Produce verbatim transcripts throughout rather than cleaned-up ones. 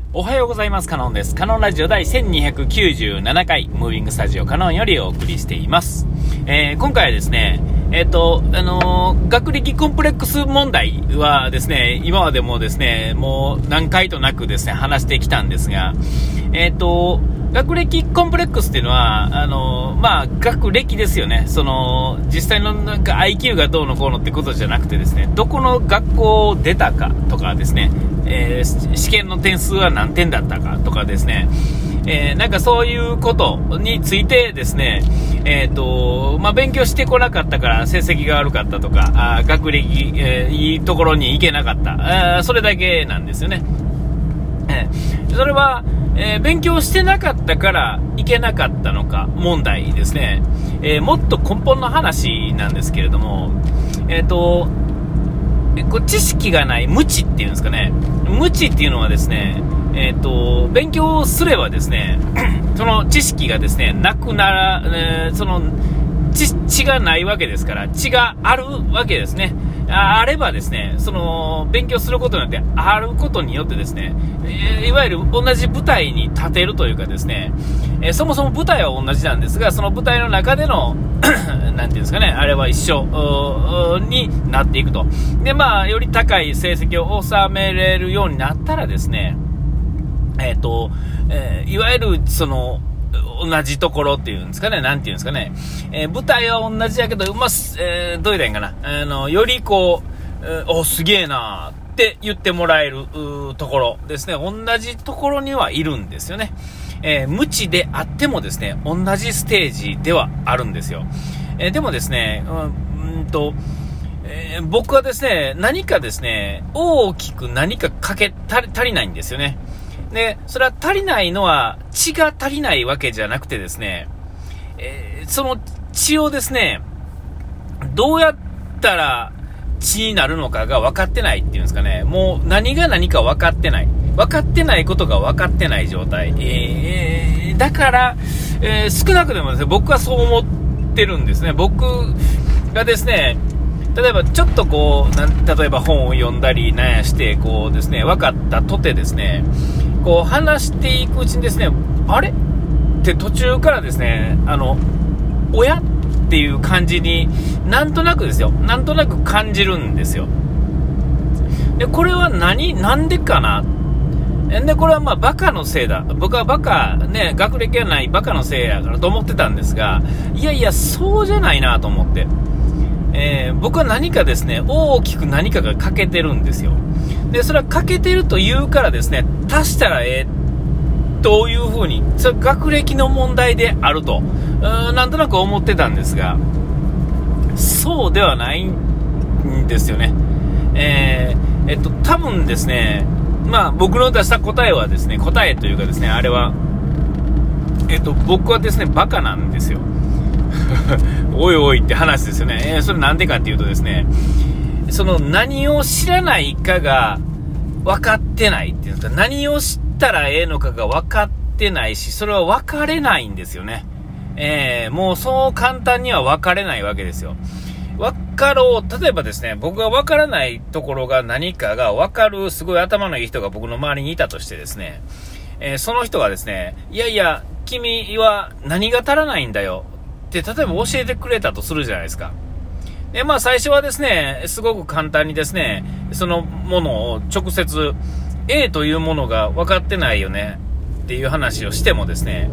おはようございます。カノンです。カノンラジオ第せんにひゃくきゅうじゅうななかい、ムービングスタジオカノンよりお送りしています。えー、今回はですね、えっと、あのー、学歴コンプレックス問題はですね、今までもですね、もう何回となくですね、話してきたんですが、えっと、学歴コンプレックスっていうのは、あのー、まあ、学歴ですよね。その、実際のなんか アイキュー がどうのこうのってことじゃなくてですね、どこの学校を出たかとかですね、えー、試験の点数は何点だったかとかですね、えー、なんかそういうことについてですね、えーとまあ、勉強してこなかったから成績が悪かったとか、あ学歴、えー、いいところに行けなかった、あそれだけなんですよね。えー、それは、えー、勉強してなかったから行けなかったのか問題ですね。えー、もっと根本の話なんですけれども、えーとこう知識がない無知っていうんですかね。無知っていうのはですね、えーと、勉強すればですね、その知識がですね、なくなら、えー、その知、知がないわけですから、知があるわけですね。あ, あればですね、その勉強することによってあることによってですね、えー、いわゆる同じ舞台に立てるというかですね、えー、そもそも舞台は同じなんですが、その舞台の中でのなんていうんですかね、あれは一緒になっていくと。で、まあより高い成績を収めれるようになったらですね、えっ、ー、と、えー、いわゆるその同じところっていうんですかね、なんていうんですかね、えー、舞台は同じだけど、まあ、えー、どう言ったらいいんかな、あの、よりこう、えー、お、すげえなーって言ってもらえるところですね、同じところにはいるんですよね。えー、無知であってもですね、同じステージではあるんですよ。えー、でもですね、うん、うんと、えー、僕はですね、何かですね、大きく何かかけ、足り、足りないんですよね。で、それは足りないのは血が足りないわけじゃなくてですね、えー、その血をですね、どうやったら血になるのかが分かってないっていうんですかね、もう何が何か分かってない。分かってないことが分かってない状態。えー、だから、えー、少なくともですね、僕はそう思ってるんですね。僕がですね、例えばちょっとこうなん例えば本を読んだりなんやしてこうですね分かったとてですねこう話していくうちにですねあれって途中からですねあの親っていう感じになんとなくですよなんとなく感じるんですよ。でこれは何なんでかな。でこれはまあバカのせいだ、僕はバカね学歴がないバカのせいやからと思ってたんですが、いやいやそうじゃないなと思って。えー、僕は何かですね大きく何かが欠けてるんですよ。でそれは欠けてるというからですね足したらええというふうにそれ学歴の問題であるとうーんなんとなく思ってたんですが、そうではないんですよね。えー、えっと多分ですねまあ僕の出した答えはですね答えというかですねあれはえっと僕はですねバカなんですよおいおいって話ですよね。えー、それなんでかっていうとですね、その何を知らないかが分かってないっていうんですか、何を知ったらええのかが分かってないし、それは分かれないんですよね。えー、もうそう簡単には分かれないわけですよ。分かろう、例えばですね、僕が分からないところが何かが分かるすごい頭のいい人が僕の周りにいたとしてですね、えー、その人がですね、いやいや君は何が足らないんだよで例えば教えてくれたとするじゃないですか。でまあ最初はですねすごく簡単にですねそのものを直接 A というものが分かってないよねっていう話をしてもですね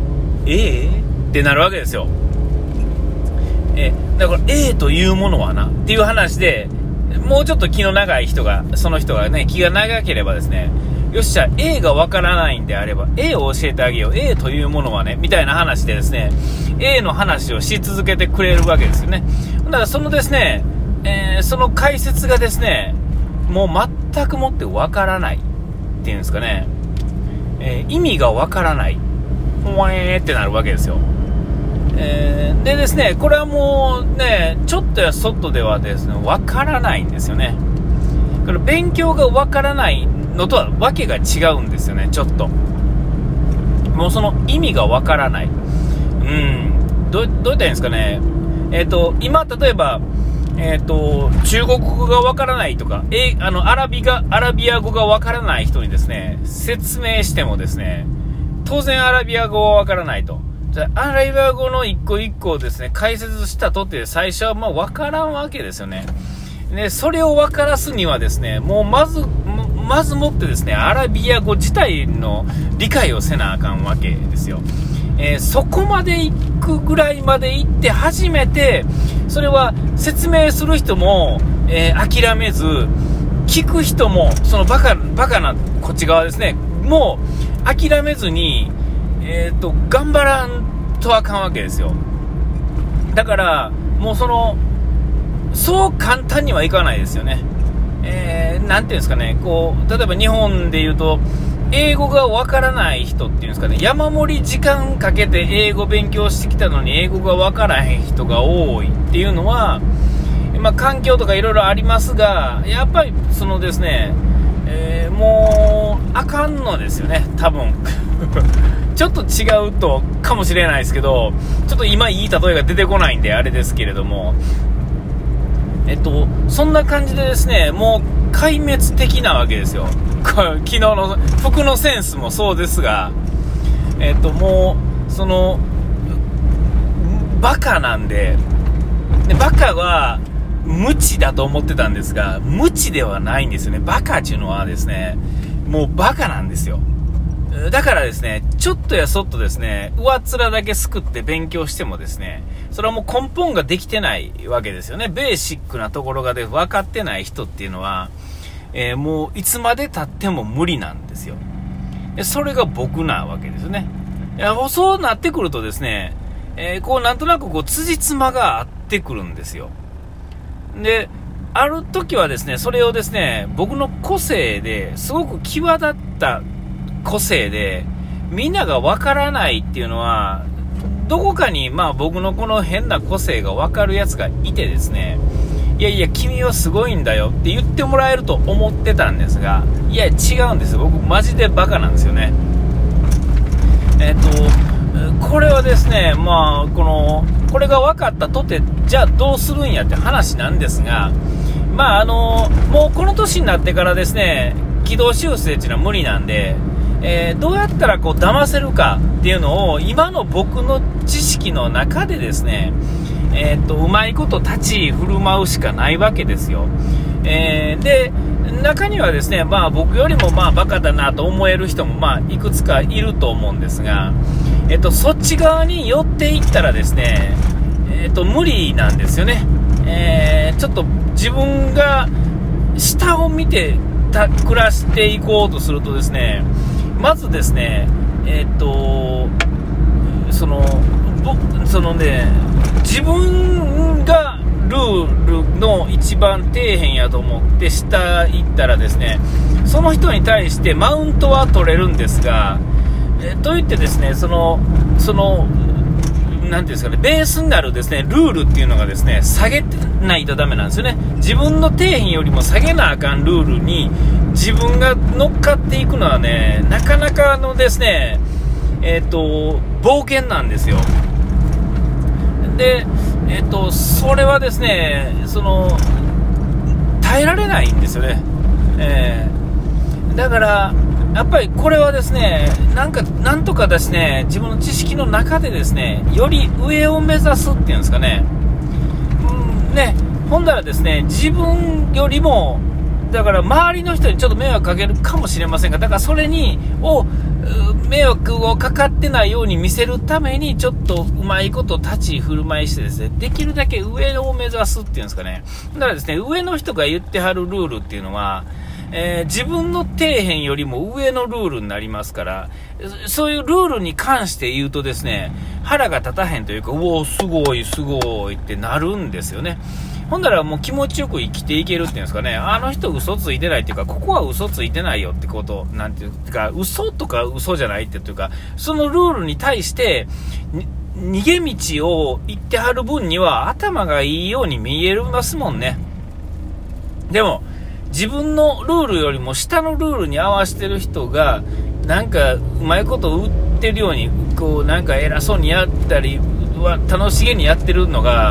A ってなるわけですよ。えだから A というものはなっていう話でもうちょっと気の長い人がその人がね気が長ければですねよっしゃ A がわからないんであれば A を教えてあげよう A というものはねみたいな話でですね A の話をし続けてくれるわけですよね。だからそのですね、えー、その解説がですねもう全くもってわからないっていうんですかね、えー、意味がわからないほわーってなるわけですよ。えー、でですねこれはもうねちょっとやそっとではですねわからないんですよね。これ勉強がわからないのとはわけが違うんですよね。ちょっともうその意味がわからない。うんど, どういったらいいんですかね。えっ、ー、と今例えばえっと、中国語がわからないとか、え、あの、アラビが、アラビア語がわからない人にですね、説明してもですね、当然アラビア語はわからないと。じゃあ、アラビア語の一個一個をですね、解説したとって最初はまあわからんわけですよね。で、それをわからすにはですね、もうまず、まずもってですね、アラビア語自体の理解をせなあかんわけですよ。えー、そこまで行くぐらいまで行って初めて、それは説明する人も、えー、諦めず、聞く人も、そのバカ、バカなこっち側ですね、もう諦めずに、えーと、頑張らんとあかんわけですよ。だから、もうその、そう簡単にはいかないですよね。えー、なんていうんですかね、こう、例えば日本で言うと、英語がわからない人っていうんですかね、山盛り時間かけて英語勉強してきたのに英語がわからへん人が多いっていうのは、まあ環境とかいろいろありますが、やっぱりそのですね、えー、もうあかんのですよね、多分。ちょっと違うとかもしれないですけど、ちょっと今いい例えが出てこないんであれですけれども、えっと、そんな感じでですね、もう壊滅的なわけですよ。昨日の服のセンスもそうですが、えっと、もうそのバカなんで、でバカは無知だと思ってたんですが、無知ではないんですよね。バカっていうのはですね、もうバカなんですよ。だからですね、ちょっとやそっとですね、上っ面だけすくって勉強してもですね、それはもう根本ができてないわけですよね。ベーシックなところがで分かってない人っていうのは、えー、もういつまで経っても無理なんですよ。でそれが僕なわけですよね。いやそうなってくるとですね、えー、こうなんとなくこう辻褄が合ってくるんですよ。で、ある時はですね、それをですね、僕の個性ですごく際立った個性でみんながわからないっていうのは、どこかにまあ僕のこの変な個性がわかるやつがいてですね、いやいや君はすごいんだよって言ってもらえると思ってたんですが、いや違うんですよ、僕マジでバカなんですよね。えっとこれはですね、まあこのこれが分かったとて、じゃあどうするんやって話なんですが、まああのもうこの年になってからですね、軌道修正っていうのは無理なんで、えー、どうやったらこう騙せるかっていうのを今の僕の知識の中でですね、えー、っとうまいこと立ち振る舞うしかないわけですよ。えー、で中にはですね、まあ僕よりもまあバカだなと思える人もまあいくつかいると思うんですが、えー、っとそっち側に寄っていったらですね、えー、っと無理なんですよね。えー、ちょっと自分が下を見てた暮らしていこうとするとですね、まずですね、えー、っとそのそのね、自分がルールの一番底辺やと思って下行ったらですね、その人に対してマウントは取れるんですが、えー、といってですね、そのそのなんていうんですかね、ベースになるですねルールっていうのがですね、下げてないとダメなんですよね。自分の底辺よりも下げなあかんルールに自分が乗っかっていくのはね、なかなかのですね、えっと冒険なんですよ。で、えっとそれはですね、その耐えられないんですよね。えー、だからやっぱりこれはですね、なんかなんとかですね、自分の知識の中でですね、より上を目指すっていうんですかね。うんね、ほんだらですね、自分よりもだから周りの人にちょっと迷惑かけるかもしれませんが、だからそれにを迷惑をかかってないように見せるためにちょっとうまいこと立ち振る舞いしてですね、できるだけ上を目指すっていうんですかね。だからですね、上の人が言ってはるルールっていうのは、えー、自分の底辺よりも上のルールになりますから、そういうルールに関して言うとですね、腹が立たへんというか、うおすごいすごいってなるんですよね。ほんならもう気持ちよく生きていけるっていうんですかね、あの人嘘ついてないっていうか、ここは嘘ついてないよってこと、なんていうか、嘘とか嘘じゃないっていうか、そのルールに対して逃げ道を言ってはる分には頭がいいように見えますもんね。でも自分のルールよりも下のルールに合わせてる人がなんかうまいこと売ってるようにこうなんか偉そうにやったりは楽しげにやってるのが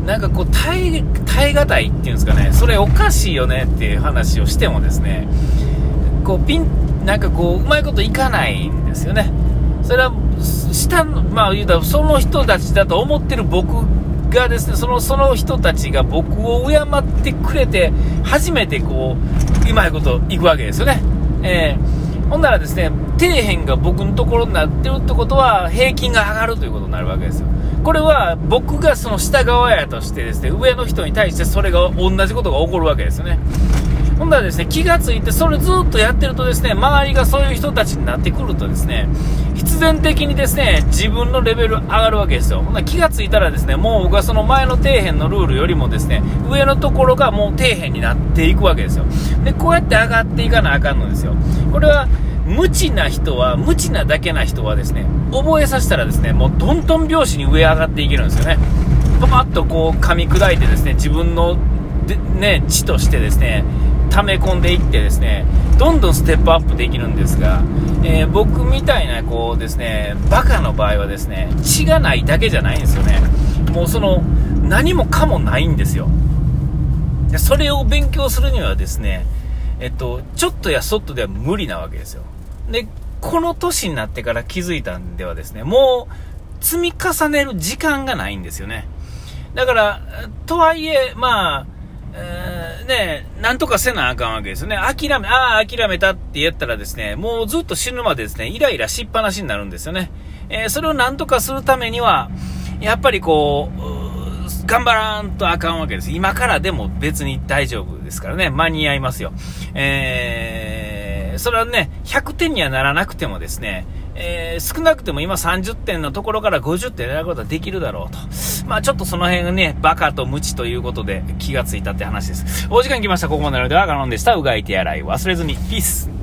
なんかこう耐え、耐え難いっていうんですかね、それおかしいよねっていう話をしてもですね、こうピン、なんかこう、うまいこといかないんですよね。それは、下の、まあ言うたら、その人たちだと思ってる僕がですね、その、その人たちが僕を敬ってくれて、初めてこう、うまいこといくわけですよね。えー、ほんならですね、底辺が僕のところになってるってことは、平均が上がるということになるわけですよ。これは僕がその下側やとしてですね、上の人に対してそれが同じことが起こるわけですよね。ほんならですね、気がついてそれずっとやってるとですね、周りがそういう人たちになってくるとですね、必然的にですね、自分のレベル上がるわけですよ。ほんなら気がついたらですね、もう僕はその前の底辺のルールよりもですね、上のところがもう底辺になっていくわけですよ。で、こうやって上がっていかなあかんのですよ。これは無知な人は、無知なだけな人はですね、覚えさせたらですね、もうどんどん拍子に上上がっていけるんですよね。パパッとこう噛み砕いてですね、自分ので、ね、知としてですね、溜め込んでいってですね、どんどんステップアップできるんですが、えー、僕みたいなこうですね、バカの場合はですね、知がないだけじゃないんですよね。もうその何もかもないんですよ。でそれを勉強するにはですね、えっとちょっとやそっとでは無理なわけですよ。でこの年になってから気づいたんではですね、もう積み重ねる時間がないんですよね。だからとはいえ、まあえー、ね、なんとかせなあかんわけですよね。諦め、ああ、諦めたって言ったらですね、もうずっと死ぬまでですね、イライラしっぱなしになるんですよね。えー、それをなんとかするためには、やっぱりこう、頑張らんとあかんわけです。今からでも別に大丈夫ですからね、間に合いますよ。えー、それはね、ひゃくてんにはならなくてもですね、えー、少なくても今さんじゅってんのところからごじゅってん狙うことはできるだろうと。まあちょっとその辺がね、バカと無知ということで気がついたって話です。お時間来ました。ここまでのではカノンでした。うがい手洗い忘れずに。ピース。